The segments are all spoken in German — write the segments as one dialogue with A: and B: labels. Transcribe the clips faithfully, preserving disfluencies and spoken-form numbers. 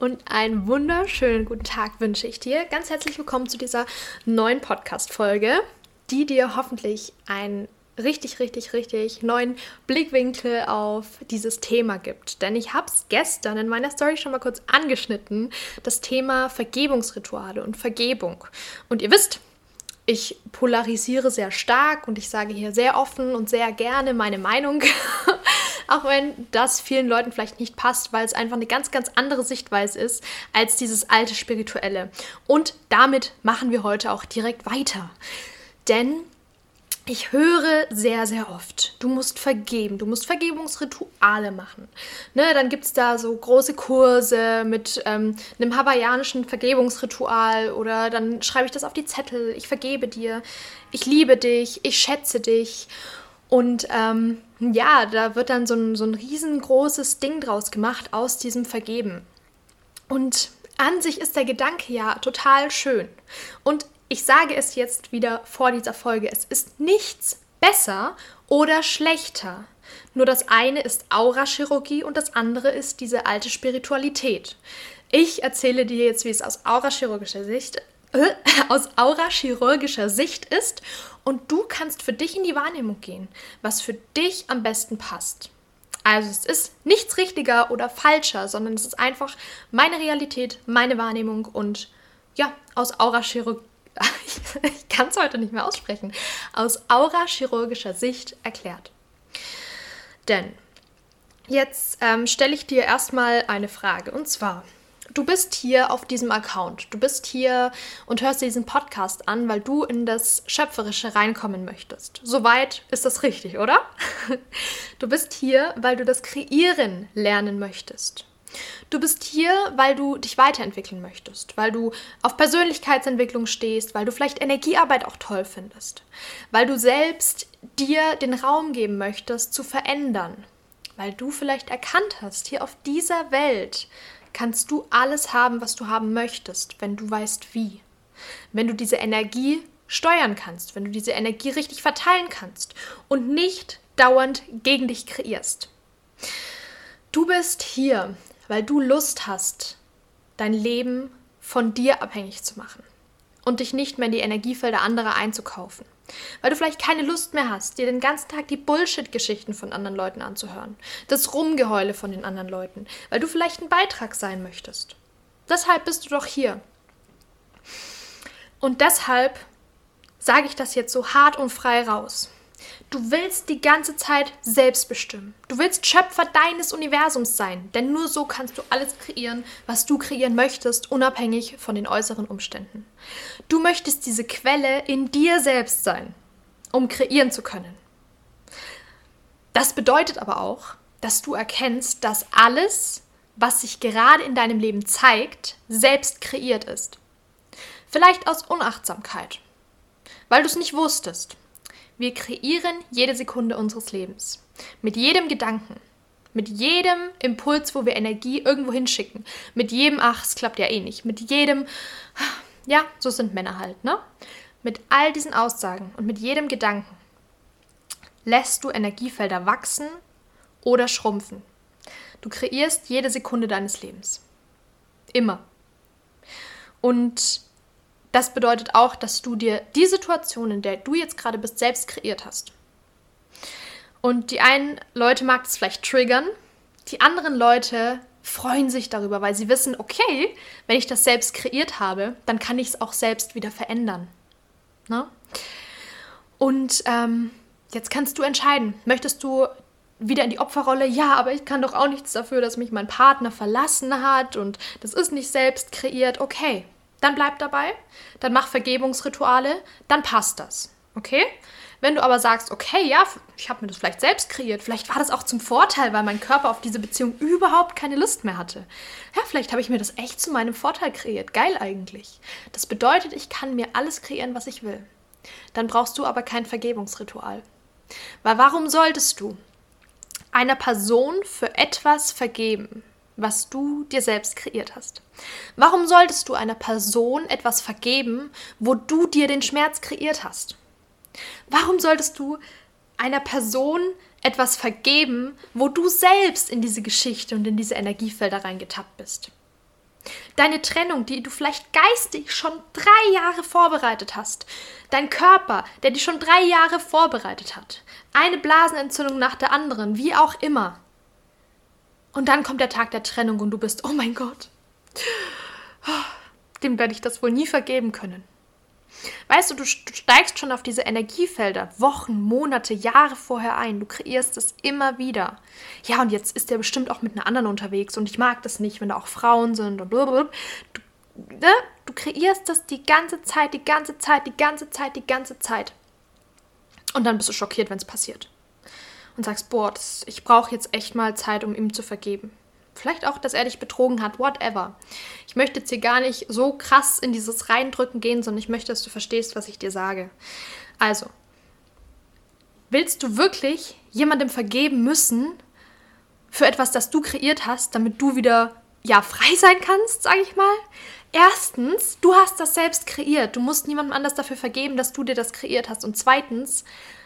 A: und einen wunderschönen guten Tag wünsche ich dir. Ganz herzlich willkommen zu dieser neuen Podcast-Folge, die dir hoffentlich einen richtig, richtig, richtig neuen Blickwinkel auf dieses Thema gibt. Denn ich habe es gestern in meiner Story schon mal kurz angeschnitten, das Thema Vergebungsrituale und Vergebung. Und ihr wisst, ich polarisiere sehr stark und ich sage hier sehr offen und sehr gerne meine Meinung, auch wenn das vielen Leuten vielleicht nicht passt, weil es einfach eine ganz, ganz andere Sichtweise ist als dieses alte Spirituelle. Und damit machen wir heute auch direkt weiter. Denn ich höre sehr, sehr oft, du musst vergeben, du musst Vergebungsrituale machen. Ne, dann gibt es da so große Kurse mit ähm, einem hawaiianischen Vergebungsritual oder dann schreibe ich das auf die Zettel, ich vergebe dir, ich liebe dich, ich schätze dich. Und ähm, ja, da wird dann so ein, so ein riesengroßes Ding draus gemacht aus diesem Vergeben. Und an sich ist der Gedanke ja total schön. Und ich sage es jetzt wieder vor dieser Folge, es ist nichts besser oder schlechter. Nur das eine ist Aurachirurgie und das andere ist diese alte Spiritualität. Ich erzähle dir jetzt, wie es aus aurachirurgischer Sicht, äh, aus aurachirurgischer Sicht ist und du kannst für dich in die Wahrnehmung gehen, was für dich am besten passt. Also es ist nichts richtiger oder falscher, sondern es ist einfach meine Realität, meine Wahrnehmung und ja, aus aurachirurgischer ich kann es heute nicht mehr aussprechen, aus aurachirurgischer Sicht erklärt. Denn jetzt ähm, stelle ich dir erstmal eine Frage und zwar, du bist hier auf diesem Account, du bist hier und hörst dir diesen Podcast an, weil du in das Schöpferische reinkommen möchtest. Soweit ist das richtig, oder? Du bist hier, weil du das Kreieren lernen möchtest. Du bist hier, weil du dich weiterentwickeln möchtest, weil du auf Persönlichkeitsentwicklung stehst, weil du vielleicht Energiearbeit auch toll findest, weil du selbst dir den Raum geben möchtest, zu verändern, weil du vielleicht erkannt hast, hier auf dieser Welt kannst du alles haben, was du haben möchtest, wenn du weißt wie. Wenn du diese Energie steuern kannst, wenn du diese Energie richtig verteilen kannst und nicht dauernd gegen dich kreierst. Du bist hier, weil du Lust hast, dein Leben von dir abhängig zu machen und dich nicht mehr in die Energiefelder anderer einzukaufen. Weil du vielleicht keine Lust mehr hast, dir den ganzen Tag die Bullshit-Geschichten von anderen Leuten anzuhören, das Rumgeheule von den anderen Leuten, weil du vielleicht ein Beitrag sein möchtest. Deshalb bist du doch hier. Und deshalb sage ich das jetzt so hart und frei raus. Du willst die ganze Zeit selbst bestimmen. Du willst Schöpfer deines Universums sein, denn nur so kannst du alles kreieren, was du kreieren möchtest, unabhängig von den äußeren Umständen. Du möchtest diese Quelle in dir selbst sein, um kreieren zu können. Das bedeutet aber auch, dass du erkennst, dass alles, was sich gerade in deinem Leben zeigt, selbst kreiert ist. Vielleicht aus Unachtsamkeit, weil du es nicht wusstest. Wir kreieren jede Sekunde unseres Lebens. Mit jedem Gedanken, mit jedem Impuls, wo wir Energie irgendwo hinschicken, mit jedem, ach, es klappt ja eh nicht, mit jedem, ja, so sind Männer halt, ne? Mit all diesen Aussagen und mit jedem Gedanken lässt du Energiefelder wachsen oder schrumpfen. Du kreierst jede Sekunde deines Lebens. Immer. Und das bedeutet auch, dass du dir die Situation, in der du jetzt gerade bist, selbst kreiert hast. Und die einen Leute mag das vielleicht triggern, die anderen Leute freuen sich darüber, weil sie wissen, okay, wenn ich das selbst kreiert habe, dann kann ich es auch selbst wieder verändern. Ne? Und ähm, jetzt kannst du entscheiden, möchtest du wieder in die Opferrolle? Ja, aber ich kann doch auch nichts dafür, dass mich mein Partner verlassen hat und das ist nicht selbst kreiert. Okay. Dann bleib dabei, dann mach Vergebungsrituale, dann passt das, okay? Wenn du aber sagst, okay, ja, ich habe mir das vielleicht selbst kreiert, vielleicht war das auch zum Vorteil, weil mein Körper auf diese Beziehung überhaupt keine Lust mehr hatte. Ja, vielleicht habe ich mir das echt zu meinem Vorteil kreiert, geil eigentlich. Das bedeutet, ich kann mir alles kreieren, was ich will. Dann brauchst du aber kein Vergebungsritual. Weil warum solltest du einer Person für etwas vergeben, was du dir selbst kreiert hast? Warum solltest du einer Person etwas vergeben, wo du dir den Schmerz kreiert hast? Warum solltest du einer Person etwas vergeben, wo du selbst in diese Geschichte und in diese Energiefelder reingetappt bist? Deine Trennung, die du vielleicht geistig schon drei Jahre vorbereitet hast. Dein Körper, der dich schon drei Jahre vorbereitet hat. Eine Blasenentzündung nach der anderen, wie auch immer. Und dann kommt der Tag der Trennung und du bist, oh mein Gott, dem werde ich das wohl nie vergeben können. Weißt du, du steigst schon auf diese Energiefelder Wochen, Monate, Jahre vorher ein. Du kreierst es immer wieder. Ja, und jetzt ist der bestimmt auch mit einer anderen unterwegs und ich mag das nicht, wenn da auch Frauen sind und blablabla. Du, ne? Du kreierst das die ganze Zeit, die ganze Zeit, die ganze Zeit, die ganze Zeit. Und dann bist du schockiert, wenn es passiert. Und sagst, boah, das, ich brauche jetzt echt mal Zeit, um ihm zu vergeben. Vielleicht auch, dass er dich betrogen hat, whatever. Ich möchte jetzt hier gar nicht so krass in dieses Reindrücken gehen, sondern ich möchte, dass du verstehst, was ich dir sage. Also, willst du wirklich jemandem vergeben müssen für etwas, das du kreiert hast, damit du wieder, ja, frei sein kannst, sage ich mal? Erstens, du hast das selbst kreiert. Du musst niemandem anders dafür vergeben, dass du dir das kreiert hast. Und zweitens,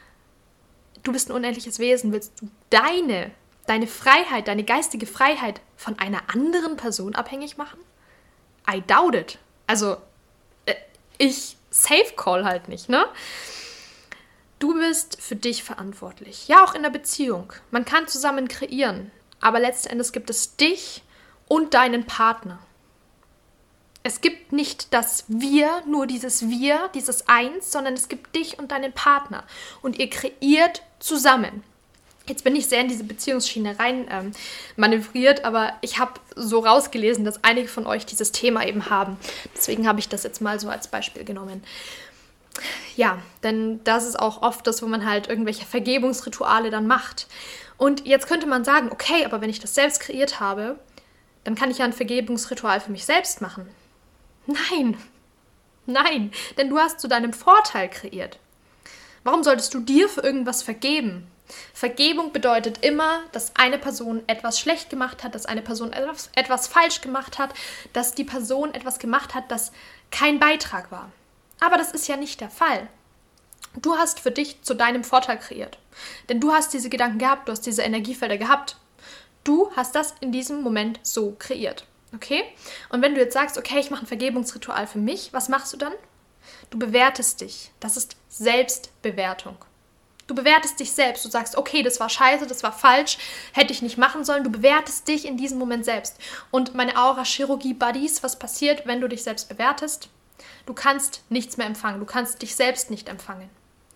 A: du bist ein unendliches Wesen. Willst du deine Deine Freiheit, deine geistige Freiheit von einer anderen Person abhängig machen? I doubt it. Also, ich safe call halt nicht, ne? Du bist für dich verantwortlich. Ja, auch in der Beziehung. Man kann zusammen kreieren, aber letzten Endes gibt es dich und deinen Partner. Es gibt nicht das Wir, nur dieses Wir, dieses Eins, sondern es gibt dich und deinen Partner. Und ihr kreiert zusammen. Jetzt bin ich sehr in diese Beziehungsschiene rein ähm, manövriert, aber ich habe so rausgelesen, dass einige von euch dieses Thema eben haben. Deswegen habe ich das jetzt mal so als Beispiel genommen. Ja, denn das ist auch oft das, wo man halt irgendwelche Vergebungsrituale dann macht. Und jetzt könnte man sagen, okay, aber wenn ich das selbst kreiert habe, dann kann ich ja ein Vergebungsritual für mich selbst machen. Nein, nein, denn du hast zu deinem Vorteil kreiert. Warum solltest du dir für irgendwas vergeben? Vergebung bedeutet immer, dass eine Person etwas schlecht gemacht hat, dass eine Person etwas, etwas falsch gemacht hat, dass die Person etwas gemacht hat, das kein Beitrag war. Aber das ist ja nicht der Fall. Du hast für dich zu deinem Vorteil kreiert. Denn du hast diese Gedanken gehabt, du hast diese Energiefelder gehabt. Du hast das in diesem Moment so kreiert. Okay? Und wenn du jetzt sagst, okay, ich mache ein Vergebungsritual für mich, was machst du dann? Du bewertest dich. Das ist Selbstbewertung. Du bewertest dich selbst. Du sagst, okay, das war scheiße, das war falsch, hätte ich nicht machen sollen. Du bewertest dich in diesem Moment selbst. Und meine Aura-Chirurgie-Buddies, was passiert, wenn du dich selbst bewertest? Du kannst nichts mehr empfangen. Du kannst dich selbst nicht empfangen.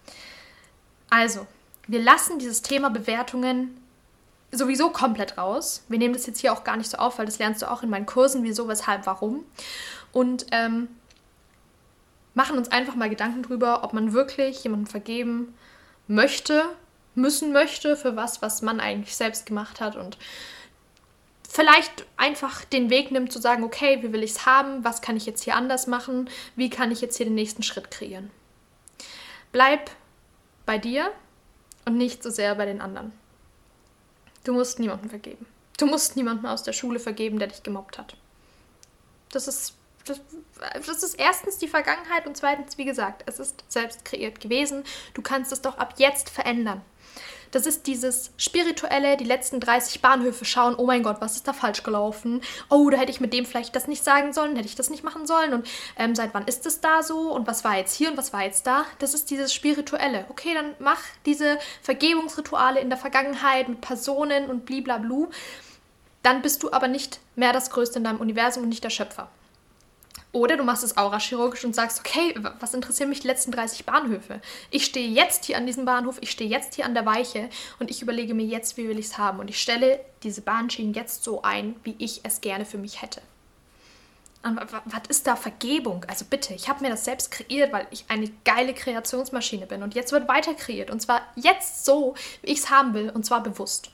A: Also, wir lassen dieses Thema Bewertungen sowieso komplett raus. Wir nehmen das jetzt hier auch gar nicht so auf, weil das lernst du auch in meinen Kursen, wieso, weshalb, warum. Und ähm, machen uns einfach mal Gedanken drüber, ob man wirklich jemandem vergeben möchte, müssen möchte für was, was man eigentlich selbst gemacht hat und vielleicht einfach den Weg nimmt zu sagen, okay, wie will ich es haben, was kann ich jetzt hier anders machen, wie kann ich jetzt hier den nächsten Schritt kreieren. Bleib bei dir und nicht so sehr bei den anderen. Du musst niemandem vergeben. Du musst niemandem aus der Schule vergeben, der dich gemobbt hat. Das ist Das, das ist erstens die Vergangenheit und zweitens, wie gesagt, es ist selbst kreiert gewesen. Du kannst es doch ab jetzt verändern. Das ist dieses Spirituelle, die letzten dreißig Bahnhöfe schauen, oh mein Gott, was ist da falsch gelaufen? Oh, da hätte ich mit dem vielleicht das nicht sagen sollen, hätte ich das nicht machen sollen und ähm, seit wann ist es da so und was war jetzt hier und was war jetzt da? Das ist dieses Spirituelle. Okay, dann mach diese Vergebungsrituale in der Vergangenheit mit Personen und bliblablu. Dann bist du aber nicht mehr das Größte in deinem Universum und nicht der Schöpfer. Oder du machst es aurachirurgisch und sagst, okay, was interessieren mich die letzten dreißig Bahnhöfe? Ich stehe jetzt hier an diesem Bahnhof, ich stehe jetzt hier an der Weiche und ich überlege mir jetzt, wie will ich es haben. Und ich stelle diese Bahnschienen jetzt so ein, wie ich es gerne für mich hätte. Und was ist da Vergebung? Also bitte, ich habe mir das selbst kreiert, weil ich eine geile Kreationsmaschine bin. Und jetzt wird weiter kreiert. Und zwar jetzt so, wie ich es haben will. Und zwar bewusst.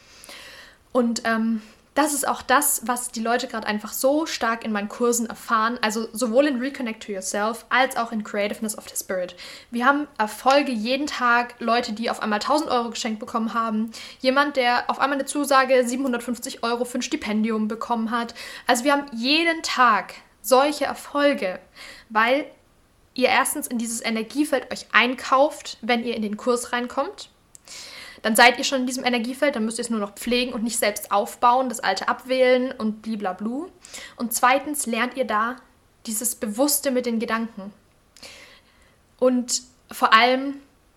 A: Und ähm, das ist auch das, was die Leute gerade einfach so stark in meinen Kursen erfahren. Also sowohl in Reconnect to Yourself als auch in Creativeness of the Spirit. Wir haben Erfolge jeden Tag. Leute, die auf einmal tausend Euro geschenkt bekommen haben. Jemand, der auf einmal eine Zusage siebenhundertfünfzig Euro für ein Stipendium bekommen hat. Also wir haben jeden Tag solche Erfolge, weil ihr erstens in dieses Energiefeld euch einkauft, wenn ihr in den Kurs reinkommt. dann seid ihr schon in diesem Energiefeld, dann müsst ihr es nur noch pflegen und nicht selbst aufbauen, das Alte abwählen und bliblablu. Und zweitens lernt ihr da dieses Bewusste mit den Gedanken. Und vor allem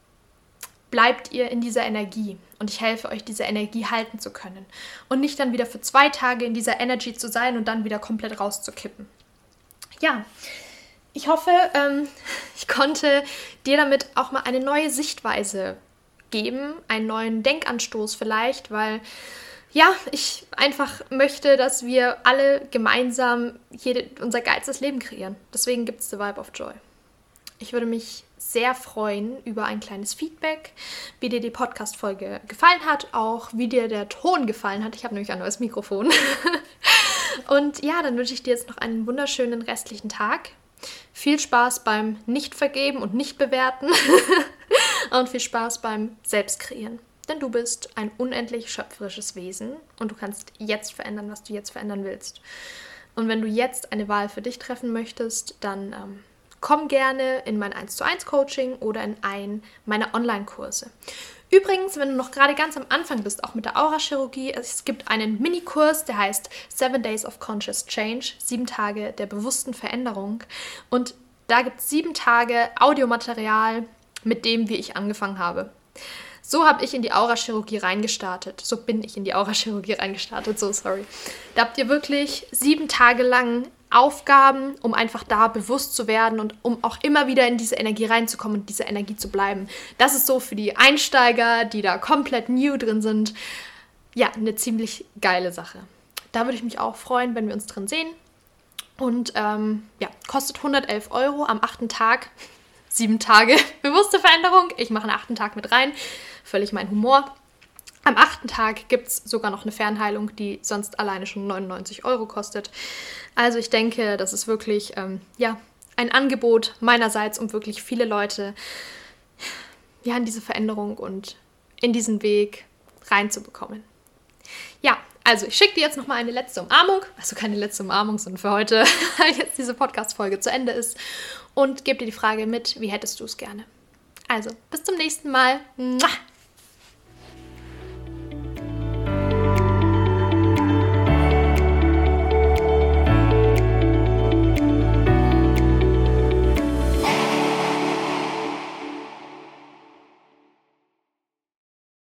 A: bleibt ihr in dieser Energie und ich helfe euch, diese Energie halten zu können und nicht dann wieder für zwei Tage in dieser Energy zu sein und dann wieder komplett rauszukippen. Ja, ich hoffe, ähm, ich konnte dir damit auch mal eine neue Sichtweise geben, einen neuen Denkanstoß vielleicht, weil ja, ich einfach möchte, dass wir alle gemeinsam jede, unser geilstes Leben kreieren. Deswegen gibt es The Vibe of Joy. Ich würde mich sehr freuen über ein kleines Feedback, wie dir die Podcast-Folge gefallen hat, auch wie dir der Ton gefallen hat. Ich habe nämlich ein neues Mikrofon. Und ja, dann wünsche ich dir jetzt noch einen wunderschönen restlichen Tag. Viel Spaß beim Nicht-Vergeben und Nicht-Bewerten und viel Spaß beim Selbstkreieren. Denn du bist ein unendlich schöpferisches Wesen und du kannst jetzt verändern, was du jetzt verändern willst. Und wenn du jetzt eine Wahl für dich treffen möchtest, dann ähm, komm gerne in mein eins zu eins Coaching oder in einen meiner Online-Kurse. Übrigens, wenn du noch gerade ganz am Anfang bist, auch mit der Aura-Chirurgie, es gibt einen Minikurs, der heißt Seven Days of Conscious Change, sieben Tage der bewussten Veränderung. Und da gibt es sieben Tage Audiomaterial mit dem, wie ich angefangen habe. So habe ich in die Aura-Chirurgie reingestartet. So bin ich in die Aura-Chirurgie reingestartet, so sorry. Da habt ihr wirklich sieben Tage lang Aufgaben, um einfach da bewusst zu werden und um auch immer wieder in diese Energie reinzukommen und diese Energie zu bleiben. Das ist so für die Einsteiger, die da komplett new drin sind, ja, eine ziemlich geile Sache. Da würde ich mich auch freuen, wenn wir uns drin sehen. Und ähm, ja, kostet hundertelf Euro am achten Tag. Sieben Tage bewusste Veränderung. Ich mache einen achten Tag mit rein. Völlig mein Humor. Am achten Tag gibt es sogar noch eine Fernheilung, die sonst alleine schon neunundneunzig Euro kostet. Also ich denke, das ist wirklich ähm, ja, ein Angebot meinerseits, um wirklich viele Leute ja, in diese Veränderung und in diesen Weg reinzubekommen. Ja, also ich schicke dir jetzt nochmal eine letzte Umarmung. Also keine letzte Umarmung, sondern für heute, weil jetzt diese Podcast-Folge zu Ende ist. Und gebe dir die Frage mit, wie hättest du es gerne? Also, bis zum nächsten Mal. Mua!